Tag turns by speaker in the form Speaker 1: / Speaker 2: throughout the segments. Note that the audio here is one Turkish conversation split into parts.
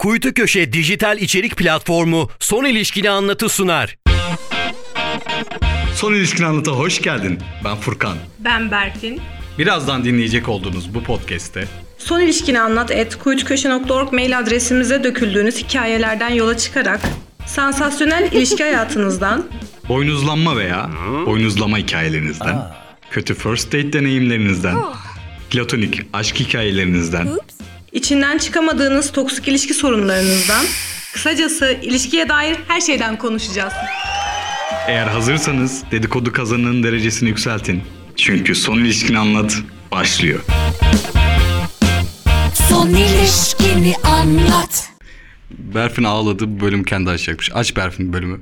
Speaker 1: Kuytu Köşe dijital içerik platformu Son İlişkini Anlatı sunar.
Speaker 2: Son İlişkini Anlat'a hoş geldin. Ben Furkan.
Speaker 3: Ben Berfin.
Speaker 2: Birazdan dinleyecek olduğunuz bu podcast'te
Speaker 3: Son İlişkini Anlat @kuytuköşe.org mail adresimize döküldüğünüz hikayelerden yola çıkarak sansasyonel ilişki hayatınızdan,
Speaker 2: boynuzlanma veya boynuzlama hikayelerinizden, kötü first date deneyimlerinizden, platonik aşk hikayelerinizden,
Speaker 3: içinden çıkamadığınız toksik ilişki sorunlarınızdan, kısacası ilişkiye dair her şeyden konuşacağız.
Speaker 2: eğer hazırsanız dedikodu kazanının derecesini yükseltin. Çünkü Son İlişkini Anlat başlıyor.
Speaker 4: Son ilişkini anlat.
Speaker 2: Berfin ağladı, bu bölüm kendi açacakmış. Aç Berfin bölümü.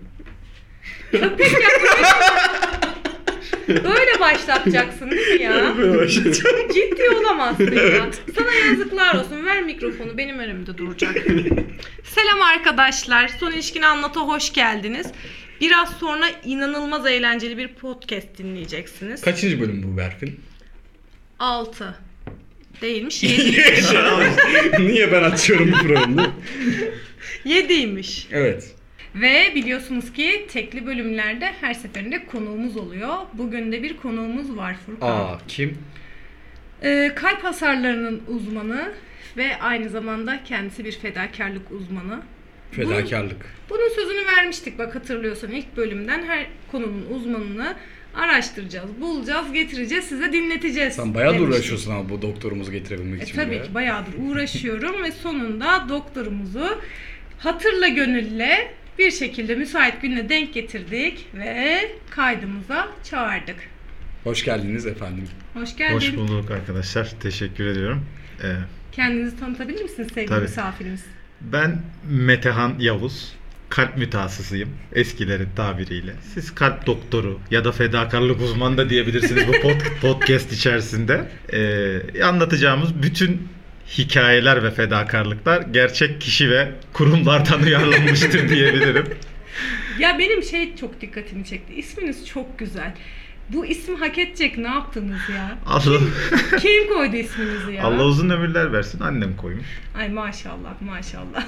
Speaker 3: Böyle başlatacaksın değil mi ya? Ciddi olamazsın ya. Sana yazıklar olsun. Ver mikrofonu, benim önümde duracak. Selam arkadaşlar. Son İlişkini Anlat'a hoş geldiniz. Biraz sonra inanılmaz eğlenceli bir podcast dinleyeceksiniz.
Speaker 2: Kaçıncı bölüm bu Berfin?
Speaker 3: 6. Değilmiş, 7.
Speaker 2: Niye ben açıyorum bu programı?
Speaker 3: 7'ymiş.
Speaker 2: Evet.
Speaker 3: Ve biliyorsunuz ki tekli bölümlerde her seferinde konuğumuz oluyor. Bugün de bir konuğumuz var Furkan.
Speaker 2: Kim?
Speaker 3: Kalp hasarlarının uzmanı ve aynı zamanda kendisi bir fedakarlık uzmanı.
Speaker 2: Fedakarlık.
Speaker 3: Bunun sözünü vermiştik, bak hatırlıyorsan ilk bölümden. Her konunun uzmanını araştıracağız, bulacağız, getireceğiz, size dinleteceğiz.
Speaker 2: Sen bayağı da
Speaker 3: demiştik.
Speaker 2: uğraşıyorsun ama bu doktorumuzu getirebilmek için.
Speaker 3: Tabii ki bayağıdır uğraşıyorum ve sonunda doktorumuzu hatırla gönülle bir şekilde müsait gününe denk getirdik ve kaydımıza çağırdık.
Speaker 2: Hoş geldiniz efendim.
Speaker 3: Hoş geldin.
Speaker 5: Hoş bulduk arkadaşlar. Teşekkür ediyorum.
Speaker 3: Kendinizi tanıtabilir misiniz sevgili
Speaker 5: Tabii.
Speaker 3: misafirimiz?
Speaker 5: Ben Metehan Yavuz. Kalp mütehassısıyım eskilerin tabiriyle. Siz kalp doktoru ya da fedakarlık uzmanı da diyebilirsiniz bu podcast içerisinde. Anlatacağımız bütün hikayeler ve fedakarlıklar gerçek kişi ve kurumlardan uyarlanmıştır diyebilirim.
Speaker 3: Ya benim çok dikkatimi çekti. İsminiz çok güzel. Bu isim hak edecek, ne yaptınız ya?
Speaker 5: Allah,
Speaker 3: Kim koydu isminizi ya?
Speaker 5: Allah uzun ömürler versin. Annem koymuş.
Speaker 3: Ay maşallah maşallah.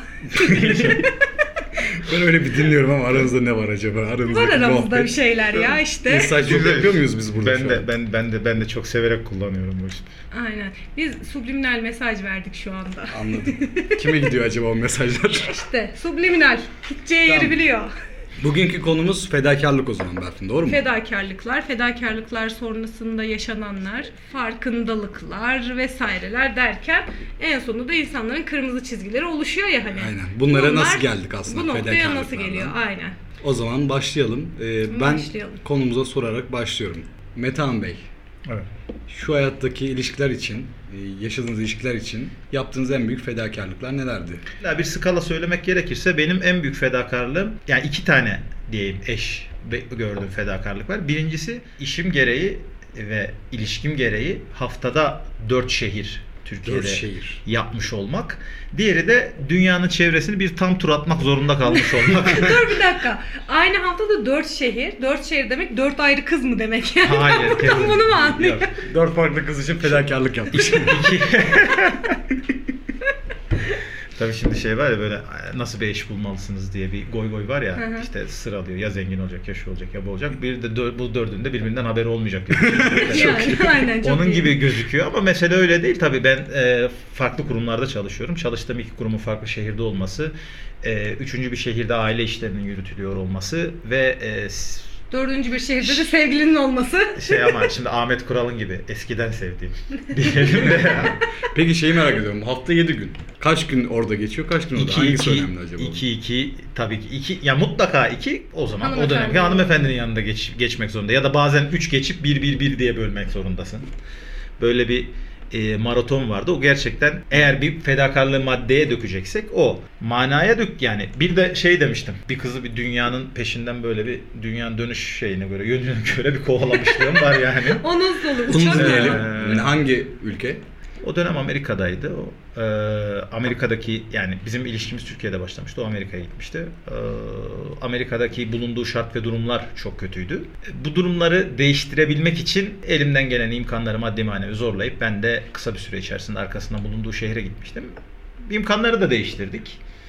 Speaker 2: Ben öyle bir dinliyorum ama aranızda ne var acaba?
Speaker 3: Var aramızda bir şeyler ya işte.
Speaker 2: Mesaj çok yapıyor muyuz biz burada şu an?
Speaker 5: Ben de çok severek kullanıyorum bu işi.
Speaker 3: Aynen. Biz subliminal mesaj verdik şu anda.
Speaker 2: Anladım. Kime gidiyor acaba o mesajlar?
Speaker 3: İşte subliminal. Gideceği yeri biliyor.
Speaker 2: Bugünkü konumuz fedakarlık o zaman Berfin, doğru mu?
Speaker 3: Fedakarlıklar sonrasında yaşananlar, farkındalıklar vesaireler derken en sonunda da insanların kırmızı çizgileri oluşuyor ya hani.
Speaker 2: Aynen. Bunlara nasıl geldik aslında?
Speaker 3: Bu noktaya
Speaker 2: fedakarlıklardan?
Speaker 3: nasıl geliyor? Aynen.
Speaker 2: O zaman başlayalım. Ben
Speaker 3: Başlayalım.
Speaker 2: konumuza sorarak başlıyorum. Metehan Bey,
Speaker 5: Evet.
Speaker 2: şu hayattaki ilişkiler için, yaşadığınız ilişkiler için yaptığınız en büyük fedakarlıklar nelerdi?
Speaker 5: Bir skala söylemek gerekirse benim en büyük fedakarlığım, yani 2 tane diyeyim gördüğüm fedakarlık var. Birincisi işim gereği ve ilişkim gereği haftada 4 şehir Türkiye'de
Speaker 2: 4 şehir
Speaker 5: yapmış olmak. Diğeri de dünyanın çevresini bir tam tur atmak zorunda kalmış olmak.
Speaker 3: Dur bir dakika. Aynı haftada 4 şehir. 4 şehir demek 4 ayrı kız mı demek yani?
Speaker 5: Hayır.
Speaker 3: Tam bunu mu anlıyor?
Speaker 2: 4 farklı kız için fedakarlık yapmış.
Speaker 5: Tabii şimdi var ya, böyle nasıl bir eş bulmalısınız diye bir goy var ya.
Speaker 3: Hı hı.
Speaker 5: İşte sıralıyor, ya zengin olacak, ya şu olacak, ya bu olacak. Bir de bu dördünde birbirinden haberi olmayacak.
Speaker 3: Yani, aynen, çok
Speaker 5: Onun
Speaker 3: iyi.
Speaker 5: gibi gözüküyor ama mesele öyle değil. Tabii ben farklı kurumlarda çalışıyorum. Çalıştığım 2 kurumun farklı şehirde olması, 3. bir şehirde aile işlerinin yürütülüyor olması ve
Speaker 3: 4. bir şehirde de sevgilinin olması.
Speaker 5: ama şimdi Ahmet Kural'ın gibi eskiden sevdiğim diyelim de.
Speaker 2: Peki merak ediyorum. Hafta 7 gün. Kaç gün orada geçiyor? Kaç gün orada? Hangisi önemli acaba?
Speaker 5: 2 tabii ki 2, ya mutlaka 2, o zaman o
Speaker 3: Hanımefendi.
Speaker 5: dönemki hanımefendinin yanında geçmek zorunda ya da bazen 3 geçip 1 diye bölmek zorundasın. Böyle bir maraton vardı. O gerçekten, eğer bir fedakarlığı maddeye dökeceksek o. Manaya dök yani. Bir de demiştim. Bir kızı bir dünyanın peşinden, böyle bir dünyanın dönüş yönüne göre bir kovalamışlığım var yani.
Speaker 3: O nasıl olur?
Speaker 2: Bunu
Speaker 3: Uçak
Speaker 2: dinleyelim.
Speaker 3: mı?
Speaker 2: Hangi ülke?
Speaker 5: O dönem Amerika'daydı. Amerika'daki, yani bizim ilişkimiz Türkiye'de başlamıştı. O Amerika'ya gitmişti. Amerika'daki bulunduğu şart ve durumlar çok kötüydü. Bu durumları değiştirebilmek için elimden gelen imkanları maddi manevi zorlayıp ben de kısa bir süre içerisinde arkasından bulunduğu şehre gitmiştim. İmkanları da değiştirdik.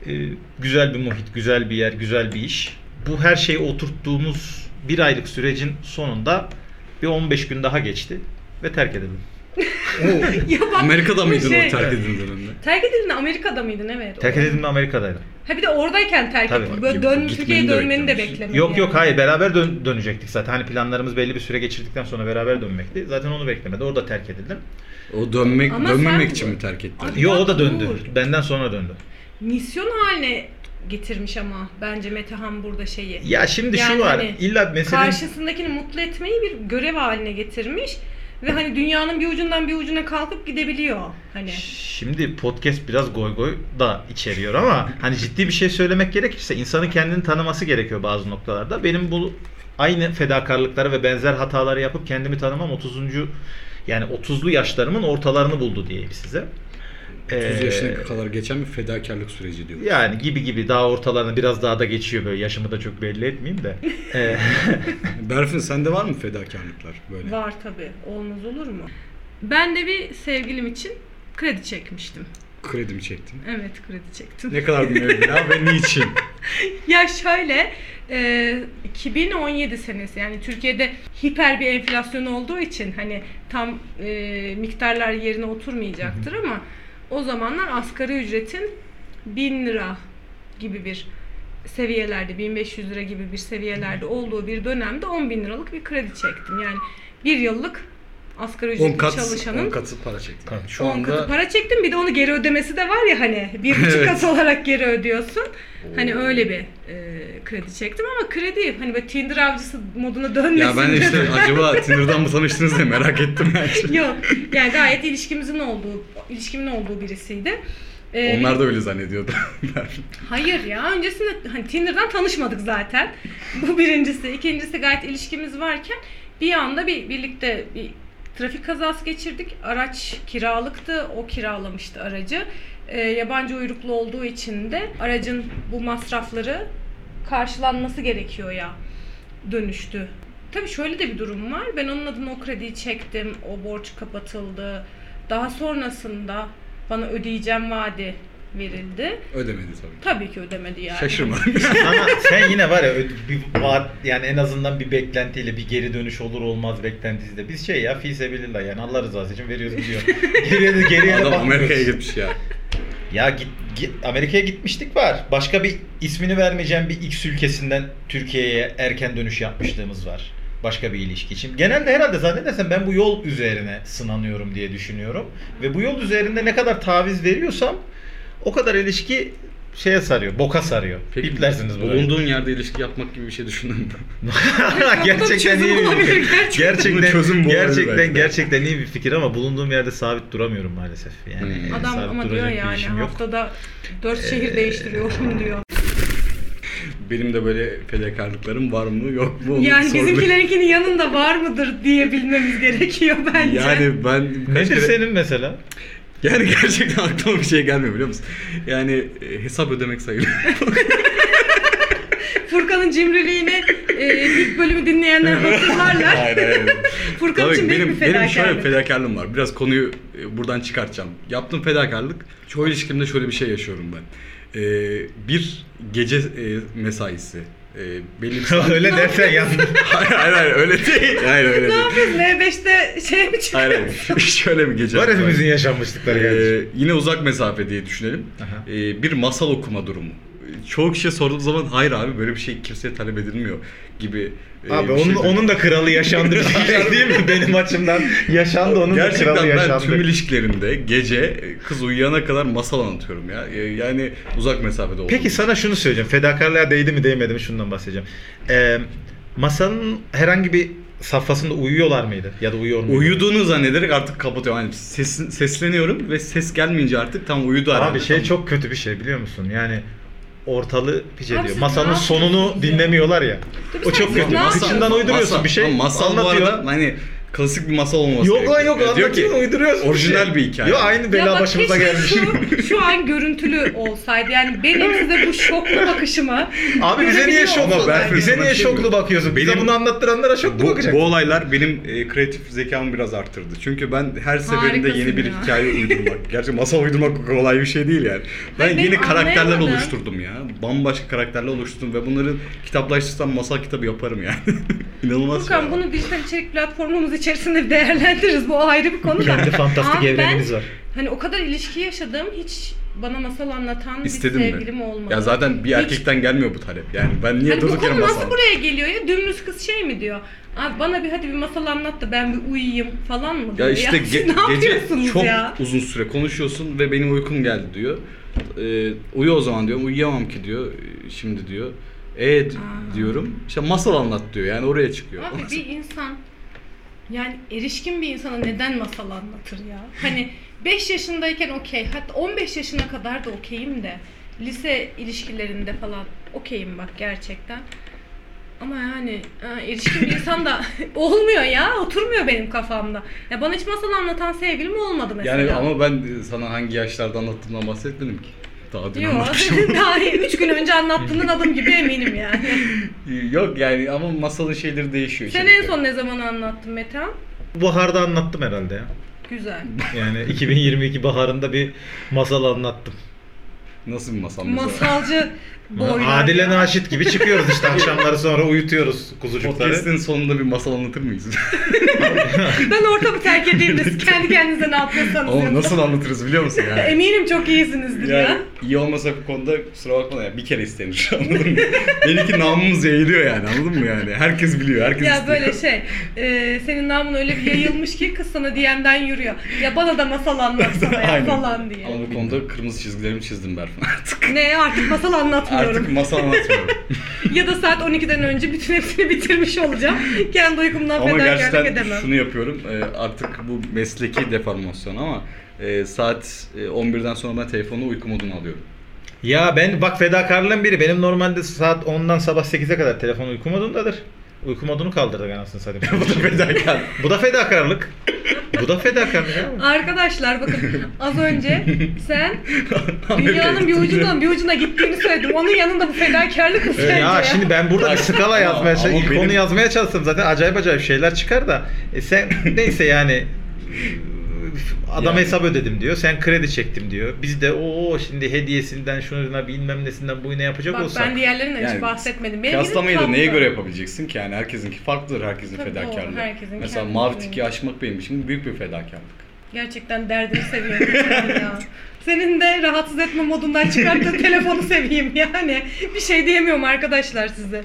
Speaker 5: güzel bir muhit, güzel bir yer, güzel bir iş. Bu her şeyi oturttuğumuz bir aylık sürecin sonunda bir 15 gün daha geçti ve terk edildim.
Speaker 3: Ya bak,
Speaker 6: Amerika'da
Speaker 3: bu
Speaker 6: mıydın
Speaker 3: şey-
Speaker 6: o terk edildiğin dönemde?
Speaker 3: Terk edildiğinde Amerika'da mıydın? Evet.
Speaker 5: Terk edildiğimde Amerika'daydım.
Speaker 3: Ha bir de oradayken terk
Speaker 5: Tabii.
Speaker 3: ettin. Böyle
Speaker 6: Gitmeni
Speaker 3: Türkiye'ye
Speaker 6: de
Speaker 3: dönmeni de
Speaker 6: beklemiş.
Speaker 3: beklemedin.
Speaker 5: Yok
Speaker 3: yani.
Speaker 5: yok hayır beraber dönecektik zaten. Hani planlarımız belli bir süre geçirdikten sonra beraber dönmekti. Zaten onu beklemedi. Orada terk edildim.
Speaker 6: O dönmemek
Speaker 3: Ama
Speaker 6: dönmemek
Speaker 3: sen-
Speaker 6: için mi terk ettin?
Speaker 3: Abi-
Speaker 5: Yo o da döndü.
Speaker 3: Dur.
Speaker 5: Benden sonra döndü.
Speaker 3: Misyon haline getirmiş ama bence Metehan burada şeyi.
Speaker 5: Ya şimdi
Speaker 3: Yani
Speaker 5: şu var.
Speaker 3: hani
Speaker 5: İlla meselenin
Speaker 3: Karşısındakini mutlu etmeyi bir görev haline getirmiş ve hani dünyanın bir ucundan bir ucuna kalkıp gidebiliyor. Hani
Speaker 5: Şimdi podcast biraz goy goy da içeriyor ama hani ciddi bir şey söylemek gerekirse insanın kendini tanıması gerekiyor bazı noktalarda. Benim bu aynı fedakarlıkları ve benzer hataları yapıp kendimi tanımam 30'lu yaşlarımın ortalarını buldu diyeyim size.
Speaker 6: 30 yaşına kadar geçen bir fedakarlık süreci diyor.
Speaker 5: Yani gibi daha ortalarına biraz daha da geçiyor böyle yaşımı da çok belli etmeyeyim de.
Speaker 6: Berfin sende var mı fedakarlıklar böyle?
Speaker 3: var tabii. Olmaz olur mu? Ben de bir sevgilim için kredi çekmiştim.
Speaker 6: Kredi mi çektin?
Speaker 3: Evet kredi çektim.
Speaker 6: Ne kadar bir meblağ ve niçin?
Speaker 3: Ya şöyle 2017 senesi yani Türkiye'de hiper bir enflasyon olduğu için hani tam miktarlar yerine oturmayacaktır ama o zamanlar asgari ücretin 1000 lira gibi bir seviyelerde 1500 lira gibi bir seviyelerde olduğu bir dönemde 10.000 liralık bir kredi çektim. Yani bir yıllık asgari
Speaker 6: 10
Speaker 3: ücretli
Speaker 6: kat,
Speaker 3: çalışanın
Speaker 6: 10 katı para çektin.
Speaker 5: Tabii.
Speaker 6: Şu
Speaker 3: 10 katı
Speaker 6: anda
Speaker 3: para çektim. Bir de onu geri ödemesi de var ya hani 1,5
Speaker 6: Evet.
Speaker 3: kat olarak geri ödüyorsun. Hani öyle bir kredi çektim ama kredi hani böyle Tinder avcısı moduna dönmesin.
Speaker 6: ya ben de işte
Speaker 3: dedim.
Speaker 6: acaba Tinder'dan mı tanıştınız diye merak ettim yani.
Speaker 3: Yok. Yani gayet ilişkimin olduğu birisiydi.
Speaker 6: Onlar da öyle zannediyordu.
Speaker 3: Hayır ya. Öncesinde hani Tinder'dan tanışmadık zaten. Bu birincisi. İkincisi gayet ilişkimiz varken bir anda birlikte bir trafik kazası geçirdik. Araç kiralıktı. O kiralamıştı aracı. Yabancı uyruklu olduğu için de aracın bu masrafları karşılanması gerekiyor ya. Dönüştü. Tabii şöyle de bir durum var. Ben onun adına o krediyi çektim. O borç kapatıldı. Daha sonrasında bana ödeyeceğim vaadi verildi.
Speaker 6: Ödemedi tabii.
Speaker 3: Tabii ki ödemedi yani.
Speaker 6: Şaşırmadım.
Speaker 5: Ama sen yine var ya bir vaat yani en azından bir beklentiyle bir geri dönüş olur olmaz beklentisiyle. Biz şey ya fisebilillah yani Allah rızası için veriyoruz gidiyor. Geriye de
Speaker 6: Adam
Speaker 5: bakmıyoruz.
Speaker 6: Amerika'ya gitmiş ya.
Speaker 5: Ya git Amerika'ya gitmiştik var. Başka bir ismini vermeyeceğim bir X ülkesinden Türkiye'ye erken dönüş yapmışlığımız var. Başka bir ilişki için. Genelde herhalde zannedersem ben bu yol üzerine sınanıyorum diye düşünüyorum. Ve bu yol üzerinde ne kadar taviz veriyorsam o kadar ilişki şeye sarıyor, boka sarıyor. Biplersiniz bunu.
Speaker 6: bulunduğun yerde ilişki yapmak gibi bir şey düşündün mü?
Speaker 5: Gerçekten iyi bir fikir.
Speaker 6: Bunun çözüm bu olabilir belki de.
Speaker 5: Gerçekten iyi bir fikir ama bulunduğum yerde sabit duramıyorum maalesef. Yani
Speaker 3: Adam
Speaker 5: sabit
Speaker 3: ama diyor
Speaker 5: duracak bir
Speaker 3: yani
Speaker 5: işim yok.
Speaker 3: haftada 4 şehir değiştiriyorum diyor.
Speaker 6: Benim de böyle fedakarlıklarım var mı yok mu? onu
Speaker 3: Yani
Speaker 6: sorgulayayım.
Speaker 3: bizimkilerinkinin yanında var mıdır diye bilmemiz gerekiyor bence.
Speaker 6: Yani ben kaç
Speaker 5: Nedir
Speaker 6: kere-
Speaker 5: senin mesela?
Speaker 6: Yani gerçekten aklıma bir şey gelmiyor biliyor musun? Yani hesap ödemek sayılır.
Speaker 3: Furkan'ın cimriliğini ilk bölümü dinleyenler hatırlarlar.
Speaker 6: Aynen.
Speaker 3: Furkan
Speaker 6: Tabii
Speaker 3: için büyük bir
Speaker 6: benim şöyle
Speaker 3: fedakarlık.
Speaker 6: bir fedakarlığım var. Biraz konuyu buradan çıkartacağım. Yaptığım fedakarlık, çoğu ilişkimde şöyle bir şey yaşıyorum ben. Bir gece mesaisi. Belli bir saat...
Speaker 5: Öyle dersen yanlış.
Speaker 6: hayır öyle değil. Hayır öyle
Speaker 3: Ne
Speaker 6: değil.
Speaker 3: yapıyorsun? L5'te şey mi çıkıyor?
Speaker 6: Hayır şöyle bir gece.
Speaker 5: Var hepimizin yaşanmışlıkları kardeşim.
Speaker 6: Yine uzak mesafe diye düşünelim.
Speaker 5: Aha.
Speaker 6: Bir masal okuma durumu. Çoğu kişiye sorduğum zaman hayır abi böyle bir şey kimseye talep edilmiyor gibi.
Speaker 5: Abi
Speaker 6: bir şey
Speaker 5: onun da kralı yaşandı değil mi benim açımdan? Yaşandı onun da kralı
Speaker 6: Gerçekten ben
Speaker 5: yaşandı.
Speaker 6: tüm ilişkilerimde gece kız uyuyana kadar masal anlatıyorum ya. Yani uzak mesafede oldum.
Speaker 5: Peki sana şunu söyleyeceğim. Fedakarlığa değdi mi değmedi mi şundan bahsedeceğim. Masanın herhangi bir safhasında uyuyorlar mıydı? Ya da uyuyor muydu?
Speaker 6: Uyuduğunu zannederek artık kapatıyorum. Yani sesleniyorum ve ses gelmeyince artık tam uyudu herhalde.
Speaker 5: Abi şey çok kötü bir şey biliyor musun? Yani ortalığı piç
Speaker 3: Abi
Speaker 5: ediyor.
Speaker 3: siz
Speaker 5: Masanın
Speaker 3: ne
Speaker 5: sonunu
Speaker 3: yapıyorsunuz ya?
Speaker 5: dinlemiyorlar ya.
Speaker 3: Dur bir
Speaker 5: O
Speaker 3: saniye,
Speaker 5: çok
Speaker 3: siz
Speaker 5: kötü.
Speaker 3: ne
Speaker 5: Kıçından uyduruyorsun bir şey.
Speaker 6: Masal bu
Speaker 5: anlatıyor.
Speaker 6: arada hani klasik bir masal olması
Speaker 5: Yok
Speaker 6: gerekiyor.
Speaker 5: lan yok,
Speaker 6: Ya diyor ki,
Speaker 5: anlatıyorsun, uyduruyorsun.
Speaker 6: orijinal bir hikaye.
Speaker 5: Yok, aynı
Speaker 3: Ya
Speaker 5: bela
Speaker 3: bak
Speaker 5: başımıza
Speaker 3: keşke
Speaker 5: gelmiş.
Speaker 3: şu an görüntülü olsaydı. Yani benim size bu şoklu bakışımı
Speaker 5: Abi bize niye
Speaker 3: görebiliyor
Speaker 5: şoklu?
Speaker 3: olsaydınız.
Speaker 5: Bize niye
Speaker 6: Sana şey
Speaker 5: şoklu bakıyorsun? Bize
Speaker 6: Benim-
Speaker 5: bunu anlattıranlara şoklu
Speaker 6: Bu
Speaker 5: bakacaksın.
Speaker 6: olaylar benim kreatif zekamı biraz arttırdı. Çünkü ben her seferinde
Speaker 3: Harikasın
Speaker 6: yeni bir
Speaker 3: ya.
Speaker 6: hikaye uydurmak. Gerçi masal uydurmak kolay bir şey değil yani. Ben
Speaker 3: Hayır,
Speaker 6: yeni
Speaker 3: benim
Speaker 6: karakterler
Speaker 3: anlayamadım.
Speaker 6: oluşturdum ya. Bambaşka karakterler oluşturdum ve bunları kitaplaştırsam masal kitabı yaparım yani. İnanılmaz
Speaker 3: Furkan
Speaker 6: şey.
Speaker 3: bunu dijital içerik platformumuz içerisinde bir değerlendiririz. Bu ayrı bir konu da.
Speaker 5: Kendi fantastik
Speaker 3: Ama
Speaker 5: evrenimiz
Speaker 3: ben,
Speaker 5: var.
Speaker 3: Hani o kadar ilişki yaşadım, hiç bana masal anlatan
Speaker 6: İstedin
Speaker 3: bir
Speaker 6: mi?
Speaker 3: sevgilim olmadı.
Speaker 6: Ya zaten bir
Speaker 3: Hiç.
Speaker 6: erkekten gelmiyor bu talep. Yani ben niye
Speaker 3: Hani bu
Speaker 6: durduk yere
Speaker 3: konu
Speaker 6: masal?
Speaker 3: nasıl buraya geliyor ya? Dümdüz kız şey mi diyor? Abi bana hadi bir masal anlat da ben bir uyuyayım falan mı diyor?
Speaker 6: Ya işte
Speaker 3: Siz ne
Speaker 6: gece
Speaker 3: yapıyorsunuz
Speaker 6: çok
Speaker 3: ya?
Speaker 6: uzun süre konuşuyorsun ve benim uykum geldi diyor. Uyu o zaman diyorum. Uyuyamam ki diyor. Şimdi diyor. Diyorum. İşte masal anlat diyor. Yani oraya çıkıyor.
Speaker 3: Abi bir insan yani erişkin bir insana neden masal anlatır ya? Hani 5 yaşındayken okey, hatta 15 yaşına kadar da okeyim de lise ilişkilerinde falan okeyim bak gerçekten. Ama yani erişkin bir insan da olmuyor ya, oturmuyor benim kafamda. Ya bana hiç masal anlatan sevgilim olmadı mesela.
Speaker 6: Yani ama ben sana hangi yaşlarda anlattığımdan bahsetmedim ki. Daha dün
Speaker 3: Yok,
Speaker 6: anlatmışım.
Speaker 3: daha 3 gün önce anlattığının adım gibi eminim yani.
Speaker 6: Yok yani ama masalın şeyleri değişiyor.
Speaker 3: Sen
Speaker 6: içerikleri.
Speaker 3: en son ne zaman anlattın Metehan?
Speaker 5: Bu baharda anlattım herhalde ya.
Speaker 3: Güzel.
Speaker 5: Yani 2022 baharında bir masal anlattım.
Speaker 6: Nasıl bir masal mesela?
Speaker 3: Masalcı boylar.
Speaker 5: Adile
Speaker 3: ya.
Speaker 5: Naşit gibi çıkıyoruz işte akşamları, sonra uyutuyoruz kuzucukları.
Speaker 6: Podcast'in sonunda bir masal anlatır mıyız?
Speaker 3: Ben ortamı terk edeyim de siz kendi kendinize ne yapıyorsanız
Speaker 6: Ama
Speaker 3: yapın.
Speaker 6: nasıl anlatırız biliyor musun yani?
Speaker 3: Eminim çok iyisinizdir ya.
Speaker 6: Yani iyi olmasak bu konuda kusura bakma da yani bir kere istenir anladın mı? Benimki namımız yayılıyor yani anladın mı yani? Herkes biliyor, herkes
Speaker 3: Ya
Speaker 6: istiyor.
Speaker 3: böyle şey, senin namın öyle bir yayılmış ki kız sana DM'den yürüyor. Ya bana da masal anlatsana ya
Speaker 6: Aynen.
Speaker 3: falan diye.
Speaker 6: Ama bu konuda kırmızı çizgilerimi çizdim Berfan artık.
Speaker 3: Ne artık masal anlatmıyorum.
Speaker 6: Artık masal anlatmıyorum.
Speaker 3: Ya da saat 12'den önce bütün hepsini bitirmiş olacağım. Kendi uykumdan
Speaker 6: Ama
Speaker 3: fedakarlık
Speaker 6: gerçekten
Speaker 3: edemem.
Speaker 6: şunu yapıyorum. Artık bu mesleki deformasyon ama saat 11'den sonra ben telefonu uyku moduna alıyorum.
Speaker 5: Ya ben bak fedakarlığın biri. Benim normalde saat 10'dan sabah 8'e kadar telefon uyku modundadır. Uyku modunu kaldırdık anasını satayım.
Speaker 6: Bu da fedakar.
Speaker 5: Bu da fedakarlık. Bu da fedakarlık abi.
Speaker 3: Arkadaşlar bakın az önce sen dünyanın bir ucuna gittiğini söyledin. Onun yanında bu fedakarlık mı sence
Speaker 5: Ya şimdi ben burada bir skala yazmaya
Speaker 6: ama
Speaker 5: ilk
Speaker 6: benim-
Speaker 5: konu yazmaya çalıştım. Zaten acayip şeyler çıkar da. Sen neyse yani adam
Speaker 6: Yani.
Speaker 5: hesap ödedim diyor. Sen kredi çektim diyor. Biz de şimdi hediyesinden şuna bilmem nesinden bu ne yapacak
Speaker 3: Bak
Speaker 5: olsak.
Speaker 3: ben diğerlerinden hiç
Speaker 6: Yani
Speaker 3: bahsetmedim. Benim
Speaker 6: Kıyaslamayı da
Speaker 3: gibi
Speaker 6: neye
Speaker 3: tatlı.
Speaker 6: göre yapabileceksin ki yani herkesinki farklıdır, herkesin
Speaker 3: Tabii doğru,
Speaker 6: fedakarlığı.
Speaker 3: herkesin
Speaker 6: Mesela
Speaker 3: kendi
Speaker 6: mavi
Speaker 3: bildiği.
Speaker 6: tiki aşmak benim için büyük bir fedakarlık.
Speaker 3: Gerçekten derdini seviyorum yani ya. Senin de rahatsız etme modundan çıkarttığın telefonu seveyim yani. Bir şey diyemiyorum arkadaşlar size.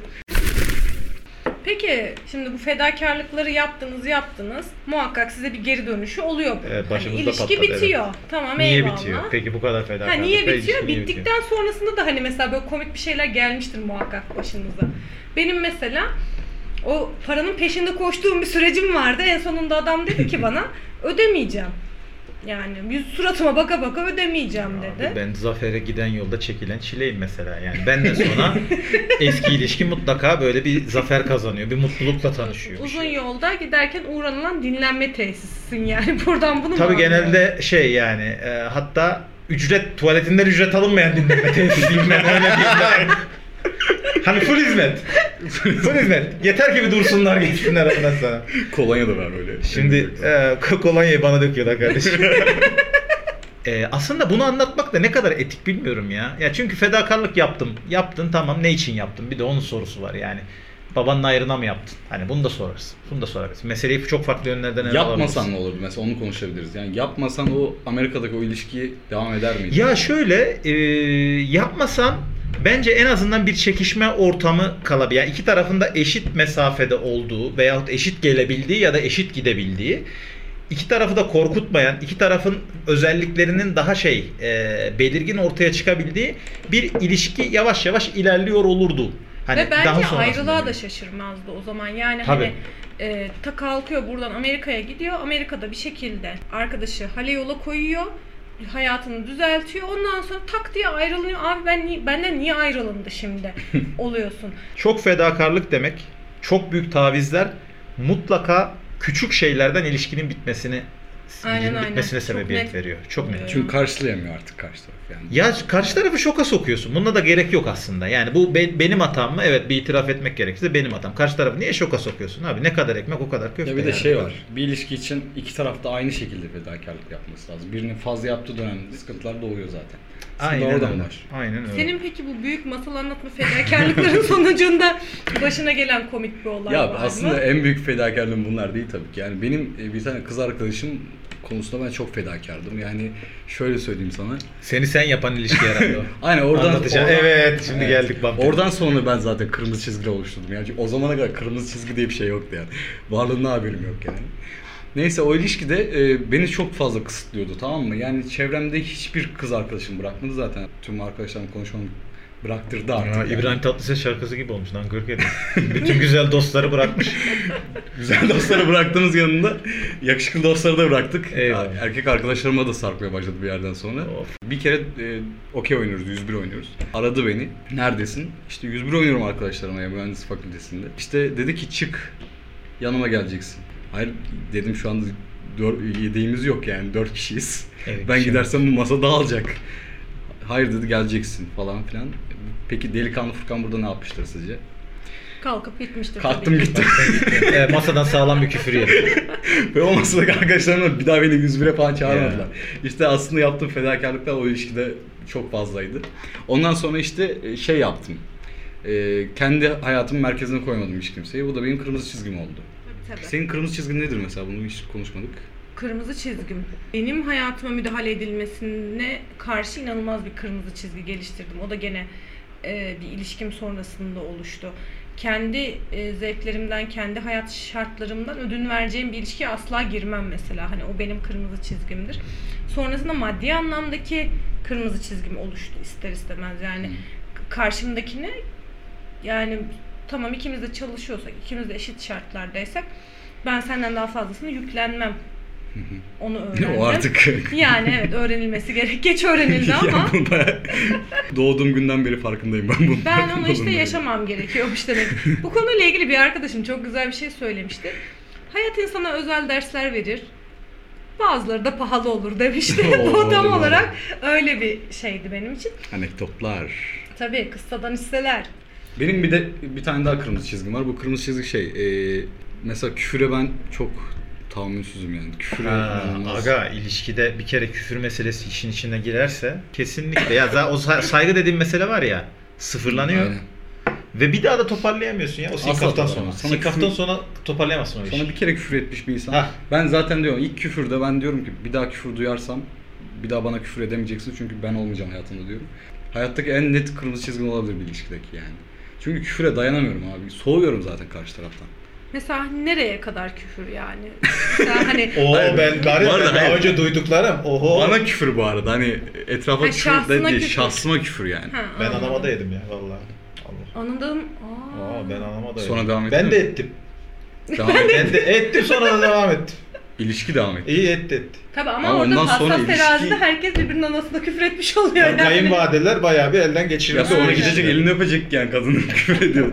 Speaker 3: Peki şimdi bu fedakarlıkları yaptınız. Muhakkak size bir geri dönüşü oluyor bu.
Speaker 5: Evet, başımızda
Speaker 3: ilişki
Speaker 5: patladı,
Speaker 3: bitiyor. Tamam
Speaker 5: Niye
Speaker 3: eyvallah.
Speaker 5: bitiyor? Peki bu kadar fedakarlık.
Speaker 3: Niye
Speaker 5: ve
Speaker 3: bitiyor?
Speaker 5: ilişki niye
Speaker 3: Bittikten sonrasında da hani mesela böyle komik bir şeyler gelmiştir muhakkak başınıza. Benim mesela o paranın peşinde koştuğum bir sürecim vardı. En sonunda adam dedi ki bana ödemeyeceğim. Yani suratıma baka baka ödemeyeceğim dedi.
Speaker 5: Abi ben zafere giden yolda çekilen çileyim mesela yani. Benden sonra eski ilişki mutlaka böyle bir zafer kazanıyor. Bir mutlulukla tanışıyor.
Speaker 3: Uzun yolda giderken uğranılan dinlenme tesisisin yani. Buradan bunu mu
Speaker 5: Tabii
Speaker 3: anlıyorum?
Speaker 5: genelde yani hatta tuvaletinden ücret alınmayan dinlenme tesisiyim ben öyle diyeyim. Hani full hizmet. Full hizmet. Yeter ki bir dursunlar geçsinler ondan sonra.
Speaker 6: Kolonya da var öyle.
Speaker 5: Şimdi kolonyayı bana döküyorlar kardeşim. Aslında bunu anlatmak da ne kadar etik bilmiyorum ya. Ya çünkü fedakarlık yaptım. Yaptın tamam, ne için yaptın? Bir de onun sorusu var yani. Babanın ayrına mı yaptın? Hani bunu da sorarız. Bunu da sorarız. Meseleyi çok farklı yönlerden ele alabiliriz.
Speaker 6: Yapmasan ne olurdu mesela onu konuşabiliriz. Yani yapmasan o Amerika'daki o ilişki devam eder miydi?
Speaker 5: Ya şöyle yapmasan bence en azından bir çekişme ortamı kalabilir. Yani iki tarafın da eşit mesafede olduğu veyahut eşit gelebildiği ya da eşit gidebildiği, iki tarafı da korkutmayan, iki tarafın özelliklerinin daha belirgin ortaya çıkabildiği bir ilişki yavaş yavaş ilerliyor olurdu. Hani
Speaker 3: Ve bence
Speaker 5: daha sonrasında
Speaker 3: ayrılığa da
Speaker 5: diyorum.
Speaker 3: şaşırmazdı o zaman. Yani
Speaker 5: Tabii.
Speaker 3: hani ta kalkıyor buradan Amerika'ya gidiyor. Amerika'da bir şekilde arkadaşı hale yola koyuyor. Hayatını düzeltiyor. Ondan sonra tak diye ayrılıyor. Abi benden niye ayrılındı şimdi oluyorsun.
Speaker 5: Çok fedakarlık demek, çok büyük tavizler mutlaka küçük şeylerden ilişkinin bitmesine
Speaker 3: Aynen. Çok
Speaker 5: sebebiyet
Speaker 3: net
Speaker 5: veriyor. Çok net.
Speaker 3: oluyor.
Speaker 6: Çünkü karşılayamıyor artık karşı taraf yani.
Speaker 5: Ya karşı tarafı şoka sokuyorsun. Buna da gerek yok aslında. Yani bu benim hatam mı? Evet, bir itiraf etmek gerekirse benim hatam. Karşı tarafı niye şoka sokuyorsun abi? Ne kadar ekmek o kadar köfte.
Speaker 6: Ya bir de
Speaker 5: yani.
Speaker 6: şey var. Bir ilişki için iki taraf da aynı şekilde fedakarlık yapması lazım. Birinin fazla yaptığı dönemde sıkıntılar doğuyor zaten.
Speaker 5: Aynen
Speaker 6: oradan
Speaker 5: öyle.
Speaker 6: var.
Speaker 5: Aynen öyle.
Speaker 3: Senin peki bu büyük masal anlatma fedakarlıkların sonucunda başına gelen komik bir olay
Speaker 6: Ya
Speaker 3: var
Speaker 6: aslında
Speaker 3: mı?
Speaker 6: en büyük fedakarlığım bunlar değil tabii ki. Yani benim bir tane kız arkadaşım konusunda ben çok fedakardım. Yani şöyle söyleyeyim sana.
Speaker 5: Seni sen yapan ilişki herhalde o.
Speaker 6: Aynen
Speaker 5: Anlatacağım. Evet, şimdi geldik vampir.
Speaker 6: Oradan sonra ben zaten kırmızı çizgi oluşturdum. Yani o zamana kadar kırmızı çizgi diye bir şey yoktu yani. Varlığından haberim yok yani. Neyse o ilişkide beni çok fazla kısıtlıyordu, tamam mı? Yani çevremde hiçbir kız arkadaşım bırakmadı zaten. Tüm arkadaşlarımla konuşmamı bıraktırdı artık.
Speaker 5: Ya,
Speaker 6: yani.
Speaker 5: İbrahim Tatlıses şarkısı gibi olmuş lan Görkem. Bütün güzel dostları bırakmış.
Speaker 6: Güzel dostları bıraktığımız yanında yakışıklı dostları da bıraktık.
Speaker 5: Eyvallah.
Speaker 6: Erkek arkadaşlarıma da sarkmaya başladı bir yerden sonra.
Speaker 5: Of.
Speaker 6: Bir kere okey oynuyoruz, 101 oynuyoruz. Aradı beni. Neredesin? İşte 101 oynuyorum arkadaşlarıma ya, mühendislik fakültesinde. İşte dedi ki çık, yanıma geleceksin. Hayır dedim, şu anda yedeğimiz yok yani, 4 kişiyiz.
Speaker 5: Evet,
Speaker 6: Ben
Speaker 5: şimdi.
Speaker 6: gidersem bu masa dağılacak. Hayır dedi, geleceksin falan filan. Peki delikanlı Furkan burada ne yapmıştır sizce?
Speaker 3: Kalkıp gitmiştir
Speaker 6: Kalktım
Speaker 3: tabii ki.
Speaker 6: gittim.
Speaker 5: Masadan sağlam bir küfür yedim.
Speaker 6: Ve o masadaki arkadaşlarımla bir daha beni 101'e falan çağırmadılar.
Speaker 5: Ya.
Speaker 6: İşte aslında yaptığım fedakarlıklar o ilişkide çok fazlaydı. Ondan sonra işte şey yaptım. Kendi hayatımın merkezine koymadım hiç kimseyi. Bu da benim kırmızı çizgim oldu.
Speaker 3: Tabii.
Speaker 6: Senin kırmızı çizgin nedir mesela? Bunu hiç konuşmadık.
Speaker 3: Kırmızı çizgim. Benim hayatıma müdahale edilmesine karşı inanılmaz bir kırmızı çizgi geliştirdim. O da gene bir ilişkim sonrasında oluştu. Kendi zevklerimden, kendi hayat şartlarımdan ödün vereceğim bir ilişkiye asla girmem mesela. Hani o benim kırmızı çizgimdir. Sonrasında maddi anlamdaki kırmızı çizgim oluştu ister istemez. Yani karşımdakine, yani tamam ikimiz de çalışıyorsak, ikimiz de eşit şartlardaysak ben senden daha fazlasını yüklenmem. Onu öğrendim.
Speaker 6: O artık...
Speaker 3: Yani evet, öğrenilmesi gerek. Geç öğrenildi ama
Speaker 6: Ya bunu bayağı- doğduğum günden beri farkındayım ben bunun.
Speaker 3: ben onu işte yaşamam gerekiyormuş demek. Bu konuyla ilgili bir arkadaşım çok güzel bir şey söylemişti. Hayat insana özel dersler verir. Bazıları da pahalı olur demişti. O tam olarak öyle bir şeydi benim için.
Speaker 6: Anekdotlar.
Speaker 3: Tabii, kıssadan hisseler.
Speaker 6: Benim bir de bir tane daha kırmızı çizgim var. Bu kırmızı çizgi şey, mesela küfüre ben çok tahammülsüzüm yani. Küfüre inanılmaz.
Speaker 5: Aga, ilişkide bir kere küfür meselesi işin içine girerse kesinlikle ya o saygı dediğim mesele var ya, sıfırlanıyor.
Speaker 6: Aynen.
Speaker 5: Ve bir daha da toparlayamıyorsun ya o
Speaker 6: Asla
Speaker 5: sinkaftan sonra.
Speaker 6: toparlayamaz. Sana
Speaker 5: Sinkaftan
Speaker 6: küfür-
Speaker 5: sonra toparlayamazsın o işi.
Speaker 6: Sana bir kere küfür etmiş bir insan.
Speaker 5: Hah.
Speaker 6: Ben zaten diyorum ilk küfürde ben diyorum ki bir daha küfür duyarsam bir daha bana küfür edemeyeceksin çünkü ben olmayacağım hayatında diyorum. Hayattaki en net kırmızı çizgim olabilir bir ilişkideki yani. Çünkü küfüre dayanamıyorum abi. Soğuyorum zaten karşı taraftan.
Speaker 3: Mesela nereye kadar küfür yani? Mesela hani
Speaker 6: Hayır,
Speaker 5: ben
Speaker 6: bu arada
Speaker 5: daha
Speaker 6: hayır.
Speaker 5: önce duyduklarım. Oho.
Speaker 6: Bana küfür bu arada, hani etrafa
Speaker 3: Ha,
Speaker 6: küfür
Speaker 3: şahsına
Speaker 6: değil,
Speaker 3: küfür.
Speaker 6: şahsıma küfür yani.
Speaker 3: ha,
Speaker 5: Ben
Speaker 3: anladım.
Speaker 5: anama da yedim ya vallahi. Allah.
Speaker 3: Anladım.
Speaker 5: Ben anama da yedim.
Speaker 6: Sonra devam
Speaker 5: Ben
Speaker 6: ettin
Speaker 5: de
Speaker 6: mi?
Speaker 5: ettim.
Speaker 6: Devam et.
Speaker 5: Ben de ettim, sonra da devam ettim.
Speaker 6: İlişki devam et.
Speaker 5: İyi etti.
Speaker 3: Tabii ama
Speaker 6: Ama
Speaker 3: orada
Speaker 6: ondan sonra
Speaker 3: hassas
Speaker 6: ilişki-
Speaker 3: terazide herkes birbirinin anasına küfür etmiş oluyor yani.
Speaker 5: Kayınvalideler bayağı bir elden geçirmiş.
Speaker 6: Ya sonra
Speaker 3: Aynen.
Speaker 6: gidecek elini öpecek yani kadının küfür ediyor.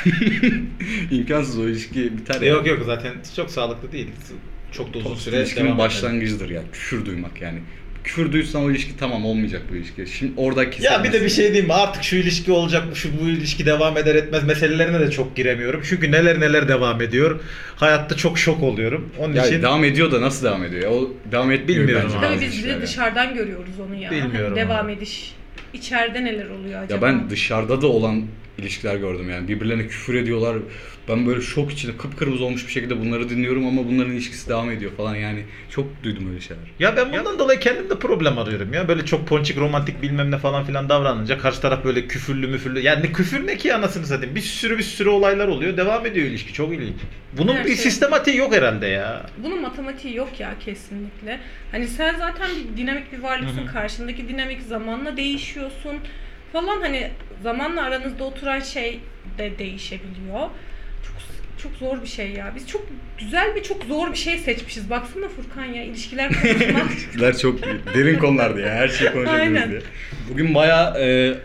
Speaker 6: İmkansız, o ilişki biter ya.
Speaker 5: Yok zaten çok sağlıklı değil. Çok da uzun süre
Speaker 6: İlişkinin
Speaker 5: devam
Speaker 6: başlangıcıdır ya küfür duymak yani. Küfür duysan o ilişki tamam olmayacak bu ilişki. Şimdi orada kesin.
Speaker 5: Ya bir de bir şey diyeyim mi? Artık şu ilişki olacak mı? Bu ilişki devam eder etmez meselelerine de çok giremiyorum. Çünkü neler devam ediyor. Hayatta çok şok oluyorum. Onun
Speaker 6: Ya
Speaker 5: için
Speaker 6: devam ediyor da nasıl devam ediyor ya? O devam etmiyor
Speaker 5: Bilmiyorum
Speaker 6: bence
Speaker 5: abi.
Speaker 3: Tabii
Speaker 6: bazı
Speaker 3: biz bir
Speaker 6: işler
Speaker 3: de
Speaker 6: ya.
Speaker 3: dışarıdan görüyoruz onu ya.
Speaker 5: Bilmiyorum
Speaker 3: Hani devam
Speaker 5: abi.
Speaker 3: ediş. İçeride neler oluyor acaba?
Speaker 6: Ya ben dışarıda da olan ilişkiler gördüm yani. Birbirlerine küfür ediyorlar. Ben böyle şok içinde kıpkırmızı olmuş bir şekilde bunları dinliyorum ama bunların ilişkisi devam ediyor falan yani. Çok duydum öyle şeyler.
Speaker 5: ya ben bundan dolayı kendimde problem arıyorum ya. Böyle çok ponçik, romantik bilmem ne falan filan davranınca karşı taraf böyle küfürlü müfürlü. Yani ne küfür ne ki anasını satayım. Bir sürü olaylar oluyor. Devam ediyor ilişki. Çok ilginç. Bunun
Speaker 3: Her
Speaker 5: bir
Speaker 3: şey-
Speaker 5: sistematiği yok herhalde ya.
Speaker 3: Bunun matematiği yok ya kesinlikle. Hani sen zaten bir dinamik bir varlıksın. Karşındaki dinamik zamanla değişiyorsun falan, hani zamanla aranızda oturan şey de değişebiliyor. Çok zor bir şey ya. Biz çok güzel bir, çok zor bir şey seçmişiz. Baksana Furkan ya, ilişkiler konuşmak.
Speaker 6: İlişkiler çok derin konulardı ya. Her şeyi konuşabiliriz
Speaker 3: Aynen.
Speaker 6: diye. Bugün bayağı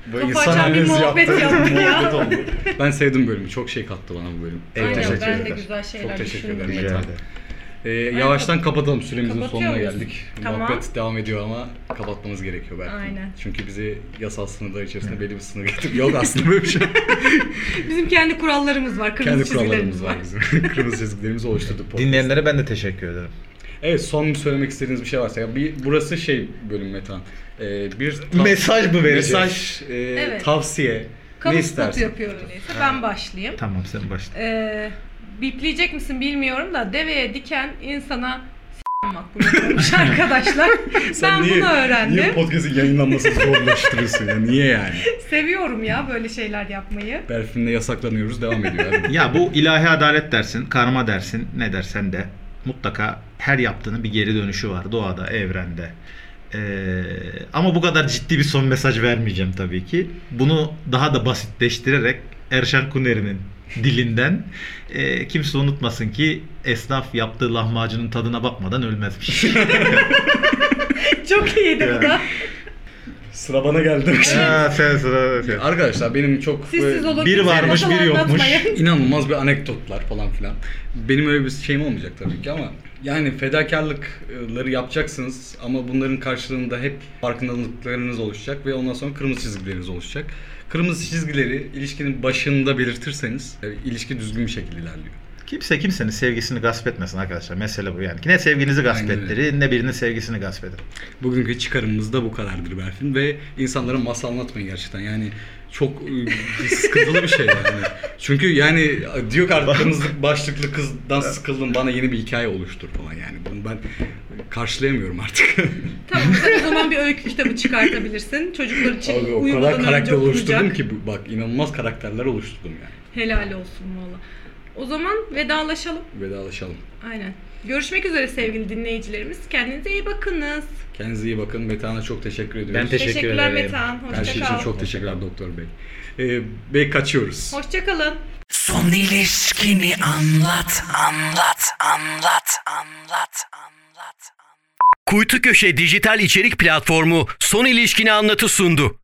Speaker 6: Böyle
Speaker 3: Kafa
Speaker 6: insan
Speaker 3: açan bir
Speaker 6: analizi
Speaker 3: muhabbet yaptık ya.
Speaker 6: muhabbet oldu. Ben sevdim bölümü. Çok şey kattı bana bu bölüm.
Speaker 5: Evet,
Speaker 3: Aynen,
Speaker 5: teşekkür
Speaker 3: ben de
Speaker 5: ederim.
Speaker 3: güzel şeyler
Speaker 6: Çok teşekkür
Speaker 3: düşündüm.
Speaker 6: ederim.
Speaker 5: Rica
Speaker 6: Evet.
Speaker 5: ederim.
Speaker 6: Yavaştan kapatalım. Süremizin
Speaker 3: Kapatıyor
Speaker 6: sonuna
Speaker 3: muyuz?
Speaker 6: geldik.
Speaker 3: Tamam.
Speaker 6: Muhabbet devam ediyor ama kapatmamız gerekiyor belki.
Speaker 3: Aynen.
Speaker 6: Çünkü bizi yasal sınırlar içerisinde belli bir sınır getirip yok aslında böyle bir şey.
Speaker 3: Bizim kendi kurallarımız var, kırmızı
Speaker 6: Kendi kurallarımız
Speaker 3: çizgilerimiz
Speaker 6: var bizim. Kırmızı çizgilerimizi oluşturduk. podcast.
Speaker 5: Dinleyenlere ben de teşekkür ederim.
Speaker 6: Evet, son söylemek istediğiniz bir şey varsa. Ya burası bölüm Metehan.
Speaker 5: Mesaj mı vereceğiz?
Speaker 6: Mesaj,
Speaker 3: Evet.
Speaker 6: tavsiye. Ne
Speaker 3: Kamu spotu
Speaker 6: istersin?
Speaker 3: yapıyorum neyse. Ben başlayayım.
Speaker 5: Tamam sen başla.
Speaker 3: Bipleyecek misin bilmiyorum da deveye diken insana makbul olmuş arkadaşlar. Ben bunu öğrendim.
Speaker 6: Niye podcast'in yayınlanmasını zorlaştırıyorsun ya? Niye yani?
Speaker 3: Seviyorum ya böyle şeyler yapmayı.
Speaker 6: Berfin'le yasaklanıyoruz, devam ediyor. Hadi.
Speaker 5: Ya bu ilahi adalet dersin, karma dersin, ne dersen de mutlaka her yaptığının bir geri dönüşü var doğada, evrende. Ama bu kadar ciddi bir son mesaj vermeyeceğim tabii ki. Bunu daha da basitleştirerek Erşan Kuneri'nin dilinden kimse unutmasın ki esnaf yaptığı lahmacunun tadına bakmadan ölmezmiş.
Speaker 3: Çok iyiydi bu da.
Speaker 6: Sıra bana geldi.
Speaker 5: Sen sıra.
Speaker 6: Arkadaşlar benim çok
Speaker 3: Siz olun.
Speaker 5: Bir
Speaker 3: kimseye
Speaker 5: varmış,
Speaker 3: masal
Speaker 5: bir yokmuş.
Speaker 3: anlatmayın.
Speaker 6: inanılmaz bir anekdotlar falan filan. Benim öyle bir şeyim olmayacak tabii ki ama yani fedakarlıkları yapacaksınız ama bunların karşılığında hep farkındalıklarınız oluşacak ve ondan sonra kırmızı çizgileriniz oluşacak. Kırmızı çizgileri ilişkinin başında belirtirseniz ilişki düzgün bir şekilde ilerliyor.
Speaker 5: Kimse kimsenin sevgisini gasp etmesin arkadaşlar. Mesele bu yani. Ne sevginizi gasp
Speaker 6: Aynen öyle.
Speaker 5: ettirin, ne birinin sevgisini gasp edin.
Speaker 6: Bugünkü çıkarımımız da bu kadardır Berfin ve insanlara masal anlatmayın gerçekten yani çok sıkıntılı bir şey yani. Çünkü yani diyor ki artık kırmızı başlıklı kızdan sıkıldım bana yeni bir hikaye oluştur falan yani bunu ben karşılayamıyorum artık.
Speaker 3: Tamam sen o zaman bir öykü kitabı çıkartabilirsin. Çocuklar için
Speaker 6: Abi, o
Speaker 3: uyumadan
Speaker 6: kadar karakter
Speaker 3: önce
Speaker 6: oluşturdum
Speaker 3: okunacak.
Speaker 6: ki bak inanılmaz karakterler oluşturdum yani.
Speaker 3: Helal olsun valla. O zaman vedalaşalım.
Speaker 6: Vedalaşalım.
Speaker 3: Aynen. Görüşmek üzere sevgili dinleyicilerimiz. Kendinize iyi bakınız.
Speaker 6: Kendinize iyi bakın. Metehan'a çok teşekkür ediyoruz.
Speaker 5: Ben teşekkür
Speaker 3: Teşekkürler
Speaker 5: ederim.
Speaker 3: Metehan.
Speaker 6: Her şey için
Speaker 3: Hoşça kal.
Speaker 6: çok teşekkürler Doktor Bey. Bey kaçıyoruz.
Speaker 3: Hoşça kalın.
Speaker 4: Son ilişkini anlat, anlat, anlat, anlat, anlat.
Speaker 1: Kuytu Köşe dijital içerik platformu Son İlişkini Anlatı sundu.